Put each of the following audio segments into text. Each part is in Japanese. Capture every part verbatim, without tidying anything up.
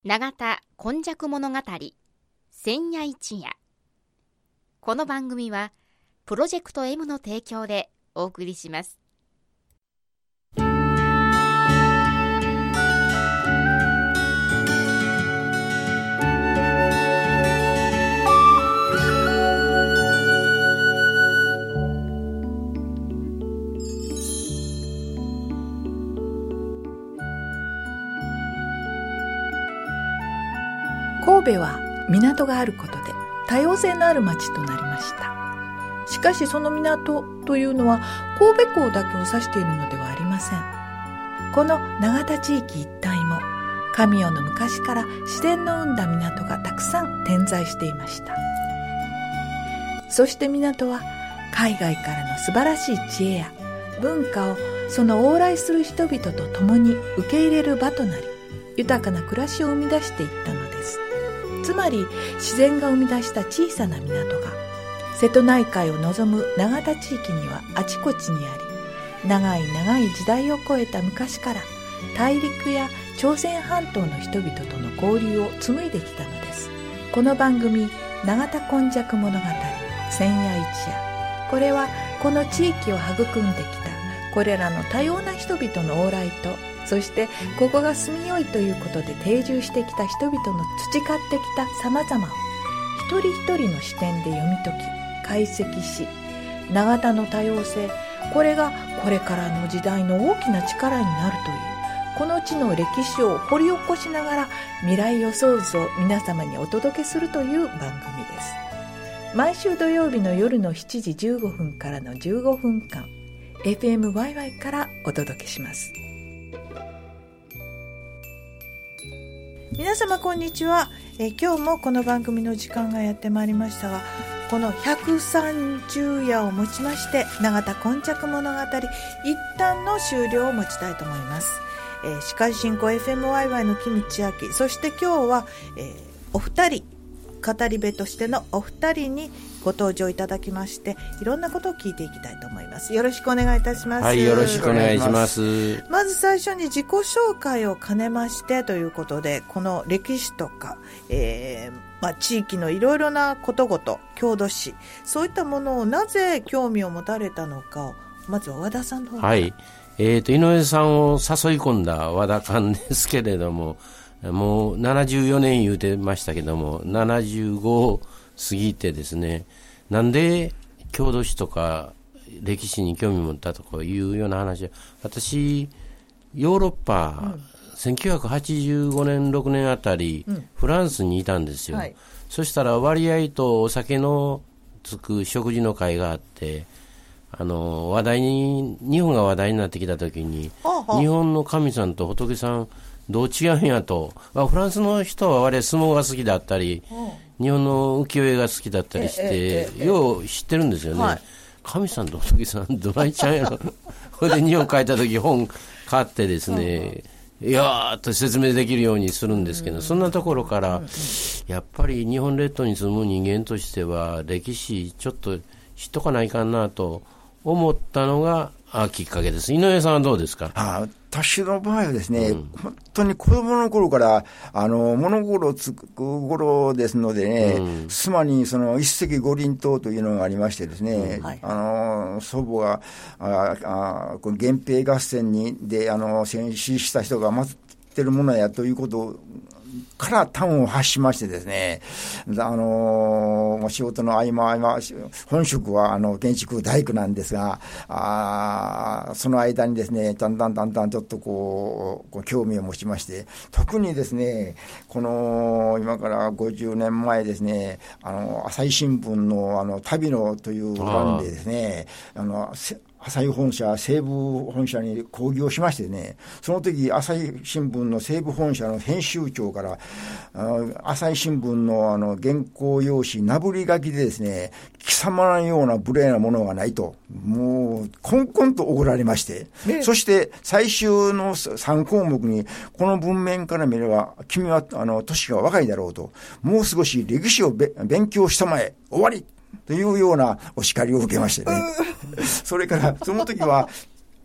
永田今昔物語千夜一夜。この番組はプロジェクト M の提供でお送りします。 神戸は港があることで多様性のある町となりました。しかしその港というのは神戸港だけを指しているのではありません。この永田地域一帯も神代の昔から自然の生んだ港がたくさん点在していました。そして港は海外からの素晴らしい知恵や文化をその往来する人々と共に受け入れる場となり、豊かな暮らしを生み出していったのです。つまり自然が生み出した小さな港が瀬戸内海を望む永田地域にはあちこちにあり、長い長い時代を超えた昔から大陸や朝鮮半島の人々との交流を紡いできたのです。この番組永田今昔物語千夜一夜、これはこの地域を育んできたこれらの多様な人々の往来と、そしてここが住みよいということで定住してきた人々の培ってきた様々を一人一人の視点で読み解き解析し、永田の多様性、これがこれからの時代の大きな力になるというこの地の歴史を掘り起こしながら未来予想図を皆様にお届けするという番組です。毎週土曜日の夜のしちじじゅうごふんからのじゅうごふんかん エフエムワイワイ からお届けします。皆様こんにちは。えー、今日もこの番組の時間がやってまいりましたが、このひゃくさんじゅう夜をもちまして永田今昔物語一旦の終了を持ちたいと思います。えー、司会進行 エフエムワイワイ の木道明、そして今日は、えー、お二人語り部としてのお二人にご登場いただきまして、いろんなことを聞いていきたいと思います。よろしくお願いいたします。 はい、よろしくお願いします。 まず最初に自己紹介を兼ねましてということで、この歴史とか、えーまあ、地域のいろいろなことごと、郷土史、そういったものをなぜ興味を持たれたのかを、まずは和田さんの方から。はい、 えーと、井上さんを誘い込んだ和田勘ですけれども、もうななじゅうよねん言うてましたけども、ななじゅうごを過ぎてですね、なんで郷土史とか歴史に興味を持ったとかいうような話は、私ヨーロッパ、うん、せんきゅうひゃくはちじゅうごねんろくねんあたり、うん、フランスにいたんですよ、はい、そしたら割合とお酒のつく食事の会があって、あの話題に日本が話題になってきた時に、はあはあ、日本の神さんと仏さんどう違うんやと、まあ、フランスの人は割合相撲が好きだったり、日本の浮世絵が好きだったりして、えええ、よう知ってるんですよね、はい、神さんと仏さんどないちゃうんやろこれで日本書いた時本買ってですね、いやーっと説明できるようにするんですけど、うん、そんなところからやっぱり日本列島に住む人間としては歴史ちょっと知っとかないかなと思ったのがあきっかけです。井上さんはどうですか？ あ、私の場合はですね、うん、本当に子供の頃からあの物心つく頃ですのでね、うん、須磨にその一石五輪塔というのがありましてですね、うん、はい、あの祖母がああこの源平合戦にであの戦死した人が祀ってるものやということをから端を発しましてですね、あのー、仕事の合間合間、本職はあの建築大工なんですが、あその間にですね、だんだんだんだんちょっとこう、こう興味を持ちまして、特にですね、この今からごじゅうねんまえですね、あの朝日新聞のあの旅のという欄でですね、あの朝日本社、西部本社に講義をしましてね、その時朝日新聞の西部本社の編集長から、あの朝日新聞のあの原稿用紙、なぶり書きでですね、貴様のような無礼なものがないと、もう、コンコンと怒られまして、ね、そして最終のさんこうもくに、この文面から見れば、君はあの年が若いだろうと、もう少し歴史をべ勉強したまえ、終わりというようなお叱りを受けましてね。それからその時は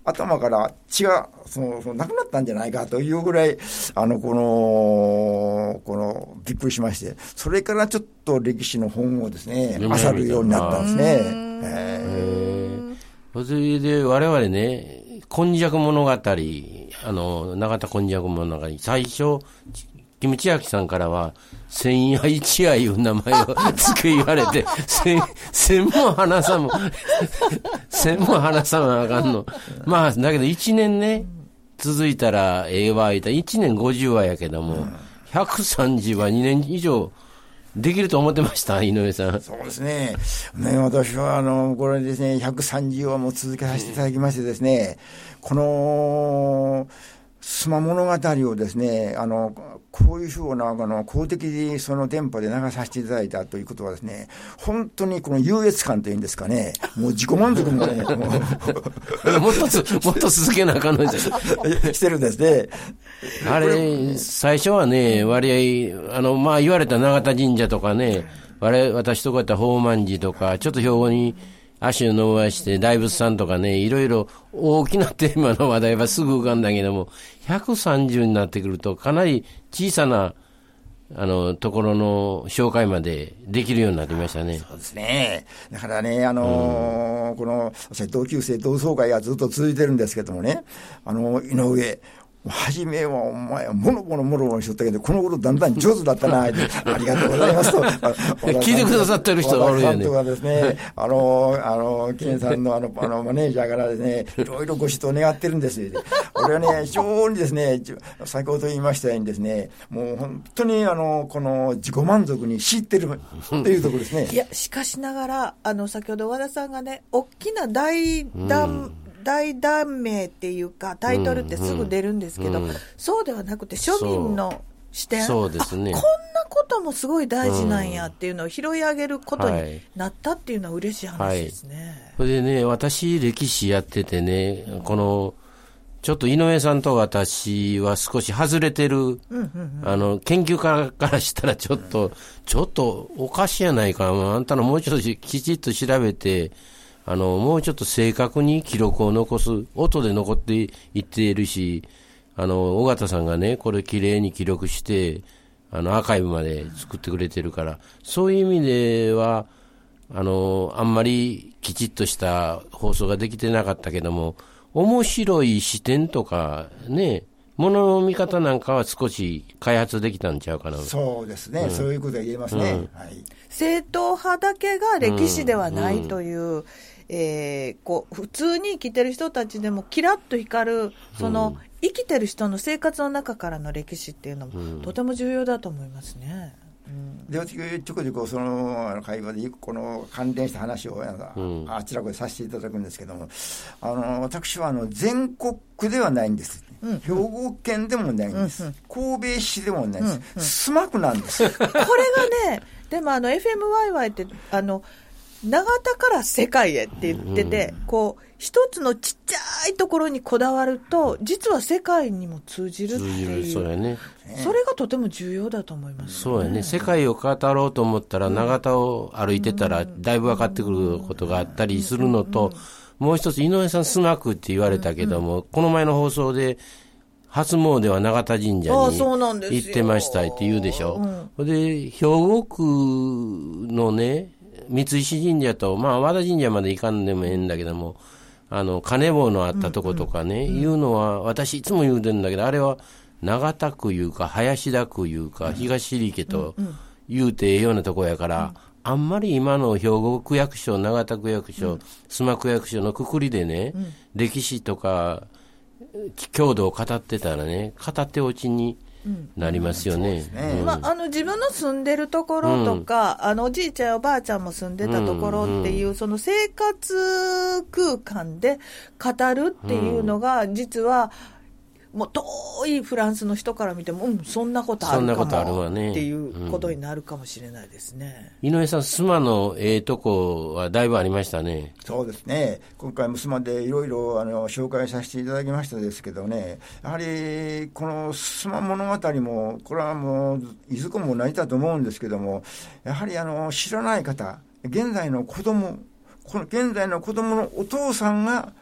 頭から血がそのそのなくなったんじゃないかというぐらい、あの、この、この、びっくりしまして、それからちょっと歴史の本をですね、漁るようになったんですね。へー。それで我々ね、今昔物語、あの、永田今昔物語、最初、キムチヤキさんからは、千夜一夜いう名前を付け言われて、千、千も花さも、千も花さもあかんの。まあ、だけど一年ね、続いたら、ええわ、いた一年五十話やけども、ひゃくさんじゅうわにねん以上、できると思ってました井上さん。 そうですね。ね、私は、あの、これですね、ひゃくさんじゅうわも続けさせていただきましてですね、この、須磨物語をですね、あの、こういうふうな、あの、公的にその電波で流させていただいたということはですね、本当にこの優越感というんですかね、もう自己満足もね、もうもっとつ、もっと続けなあかんのですしてるんですね。 あれ、最初はね、割合、あの、まあ、言われた永田神社とかね、我々、私とこやったら宝満寺とか、ちょっと兵庫に足を伸ばして、大仏さんとかね、いろいろ大きなテーマの話題はすぐ浮かんだけども、ひゃくさんじゅうになってくると、かなり小さな、あの、ところの紹介までできるようになりましたね。 そうですね。だからね、あのーうん、この、同級生同窓会がずっと続いてるんですけどもね、あの、井上、初めはお前はものものものものしとったけど、この頃だんだん上手だったな、ありがとうございますと。 聞いてくださってる人がおるよね。 和田さんとかですね、あの、あの、ケンさんのあの、あの、マネージャーからですね、いろいろご指導願ってるんですよ。俺はね、非常にですね、先ほど言いましたようにですね、もう本当にあの、この自己満足に知ってるというところですね。 いや、しかしながら、あの、先ほど和田さんがね、大きな大団、うん大団名っていうかタイトルってすぐ出るんですけど、うんうん、そうではなくて庶民の視点、 そうですね、 こんなこともすごい大事なんやっていうのを拾い上げることになったっていうのは嬉しい話ですね、はいはい、 それでね、私歴史やっててね、うん、このちょっと井上さんと私は少し外れてる、うんうんうん、あの研究家からしたらちょっと、うん、ちょっとおかしいやないか、あんたのもうちょっときちっと調べてあの、もうちょっと正確に記録を残す、音で残っていっているし、あの、尾形さんがね、これきれいに記録して、あの、アーカイブまで作ってくれてるから、そういう意味では、あの、あんまりきちっとした放送ができてなかったけども、面白い視点とか、ね、ものの見方なんかは少し開発できたんちゃうかな。 そうですね、うん、そういうことは言えますね、うんはい、正統派だけが歴史ではないという、うんうんえー、こう普通に生きてる人たちでもキラッと光るその、うん、生きてる人の生活の中からの歴史っていうのも、うん、とても重要だと思いますね、うん、 で私ちょこちょこそのあの会話でこの関連した話を、うん、あちらこでさせていただくんですけども、あの私はあの全国区ではないんです、うん、兵庫県でもないんです、うん、神戸市でもないんです、須磨区なんですこれがねでもあの エフエムワイワイ ってあの長田から世界へって言ってて、うん、こう一つのちっちゃいところにこだわると実は世界にも通じるっていう、 そうやね、 それがとても重要だと思います、ね、 そうやね、世界を語ろうと思ったら長田を歩いてたらだいぶ分かってくることがあったりするのと、もう一つ井上さん須磨区って言われたけども、この前の放送で初詣は永田神社に行ってましたって言うでしょ、うん、で兵庫区のね三石神社と、まあ、和田神社まで行かんでもええんだけども、あの、金棒のあったとことかね、うんうん、いうのは、私いつも言うてるんだけど、あれは、長田区いうか、林田区いうか、東入家と言うてええようなとこやから、うん、あんまり今の兵庫区役所、長田区役所、須磨区役所のくくりでね、うん、歴史とか、郷土を語ってたらね、語って落ちに、なりますよね、 うんうんまあ、あの自分の住んでるところとか、うん、あのおじいちゃんおばあちゃんも住んでたところっていう、うんうん、その生活空間で語るっていうのが実はもう遠いフランスの人から見ても、うん、そんなことあるかもっていうことになるかもしれないですね、 うん、井上さん須磨のええとこはだいぶありましたね。 そうですね、今回も須磨でいろいろ紹介させていただきましたですけどね、やはりこの須磨物語もこれはもういずこも成りだと思うんですけども、やはりあの知らない方、現在の子供この現在の子供のお父さんが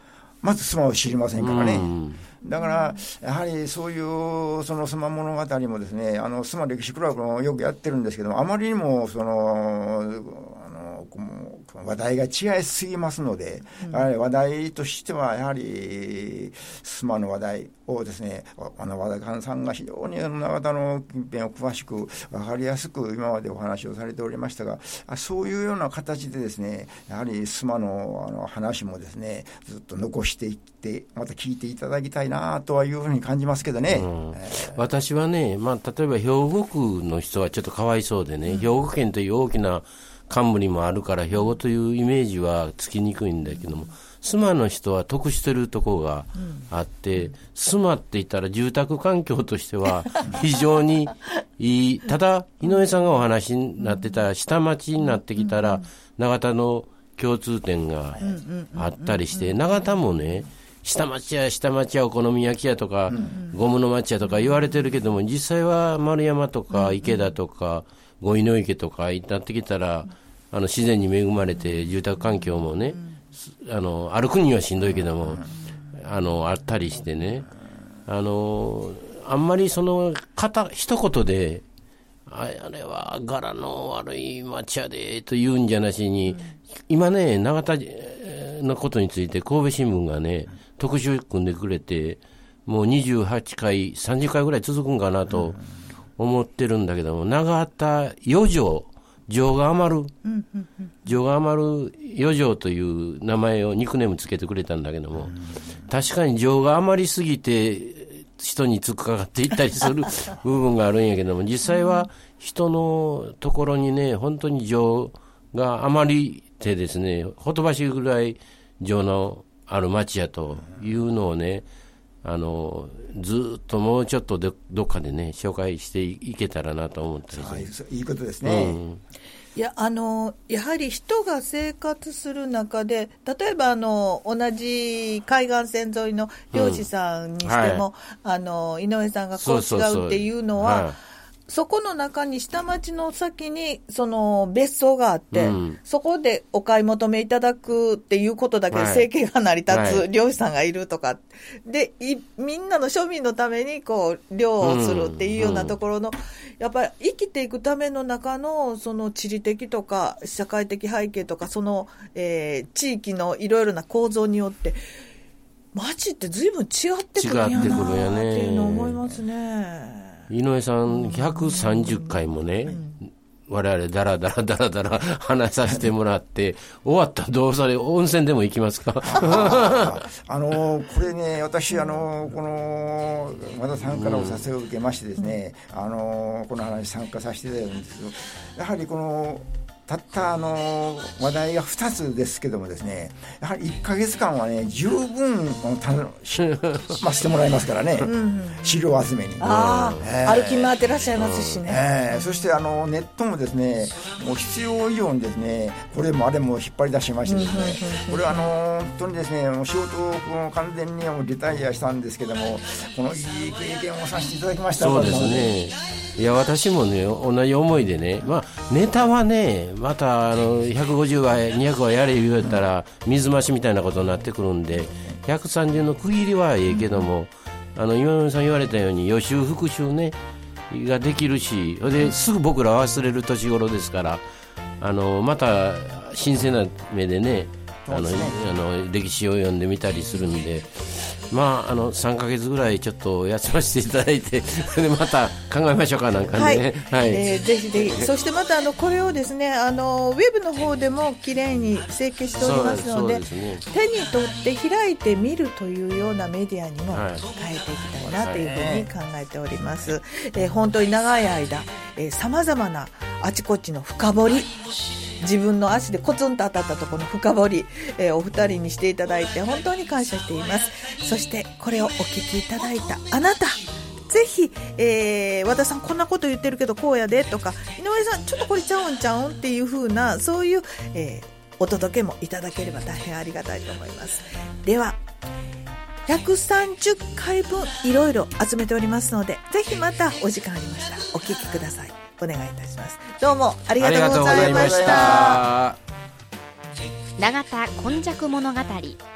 まず須磨を知りませんからね、うん、だからやはりそういうその須磨物語もですね、あの須磨歴史クラブもよくやってるんですけども、あまりにもその話題が違いすぎますので、うん、やはり話題としてはやはり須磨の話題をですね、あの和田さんが非常に長田の近辺を詳しく分かりやすく今までお話をされておりましたが、そういうような形でですね、やはり須磨のあの話もですねずっと残していってまた聞いていただきたいなとはいうふうに感じますけどね、うんえー、私はね、まあ、例えば兵庫区の人はちょっとかわいそうでね、うん、兵庫県という大きな冠もあるから兵庫というイメージはつきにくいんだけども、須磨の人は得してるところがあって、須磨って言ったら住宅環境としては非常にいい。ただ井上さんがお話になってた下町になってきたら長田の共通点があったりして、長田もね下町や下町やお好み焼き屋とかゴムの町屋とか言われてるけども、実際は丸山とか池田とか五井の池とかになってきたらあの自然に恵まれて住宅環境もね、あの歩くにはしんどいけどもあのあったりしてね、あのあんまりその片一言で あ, あれは柄の悪い町屋でというんじゃなしに、今ね長田のことについて神戸新聞がね特集組んでくれて、もうにじゅうはちかいさんじゅっかいぐらい続くんかなと思ってるんだけども、長田余城城が余る、うんうんうん、城が余る余城という名前をニックネームつけてくれたんだけども、確かに城が余りすぎて人に突っかかっていったりする部分があるんやけども、実際は人のところにね本当に城が余りてですね、ほとばしいぐらい城のある町やというのをね、あのずっともうちょっとでどっかでね紹介していけたらなと思ったりして、 いいことですね、うん、 いやあのやはり人が生活する中で、例えばあの同じ海岸線沿いの漁師さんにしても、うんはい、あの井上さんがこう違うっていうのは、そうそうそう、はい、そこの中に下町の先にその別荘があって、うん、そこでお買い求めいただくっていうことだけで生計が成り立つ漁師さんがいるとか、はい、でいみんなの庶民のためにこう漁をするっていうようなところの、うんうん、やっぱり生きていくための中のその地理的とか社会的背景とかその、えー、地域のいろいろな構造によって町って随分違ってくるんやなっていうのを思いますね。 井上さんひゃくさんじゅっかいもね、うん、我々だらだらだらだら話させてもらって終わったらどうされ温泉でも行きますかあのこれね、私あのこの和田さんからお誘いを受けましてですね、うん、あのこの話参加させていただいたんですけど、やはりこのたったあの話題がふたつですけどもですね、やはりいっかげつかんはね十分楽しませてもらいますからね、うん、資料集めに、 あ、えー、歩き回ってらっしゃいますしね、 えー、そしてあのネットもですねもう必要以上にですねこれもあれも引っ張り出しましてですね、これはあの本当にですねもう仕事を完全にもうリタイアしたんですけども、このいい経験をさせていただきました。 そうですね、いや私もね同じ思いでね、まあ、ネタはねまたあのひゃくごじゅうわにひゃくわやれ言うたら水増しみたいなことになってくるんで、ひゃくさんじゅうの区切りはええけども、あの今村さん言われたように予習復習ねができるし、それですぐ僕ら忘れる年頃ですから、あのまた新鮮な目でねあのあの歴史を読んでみたりするんで、まあ、あのさんかげつぐらいちょっと休ませていただいてでまた考えましょうかなんかね、はいはい、えー、ぜひぜひそしてまたあのこれをですねあのウェブの方でもきれいに整形しておりますの で, で、ね、手に取って開いてみるというようなメディアにも変えていきたいなというふうに考えております、はい、えー、本当に長い間さまざまなあちこちの深掘り、自分の足でコツンと当たったところの深掘り、えー、お二人にしていただいて本当に感謝しています。そしてこれをお聞きいただいたあなた、ぜひ、えー、和田さんこんなこと言ってるけどこうやでとか、井上さんちょっとこれちゃうんちゃうんっていう風なそういう、えー、お届けもいただければ大変ありがたいと思います。ではひゃくさんじゅっかいぶんいろいろ集めておりますので、ぜひまたお時間ありましたらお聞きください。お願いいたします。どうもありがとうございました。 永田今昔物語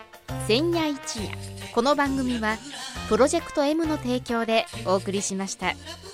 千夜一夜。この番組はプロジェクト M の提供でお送りしました。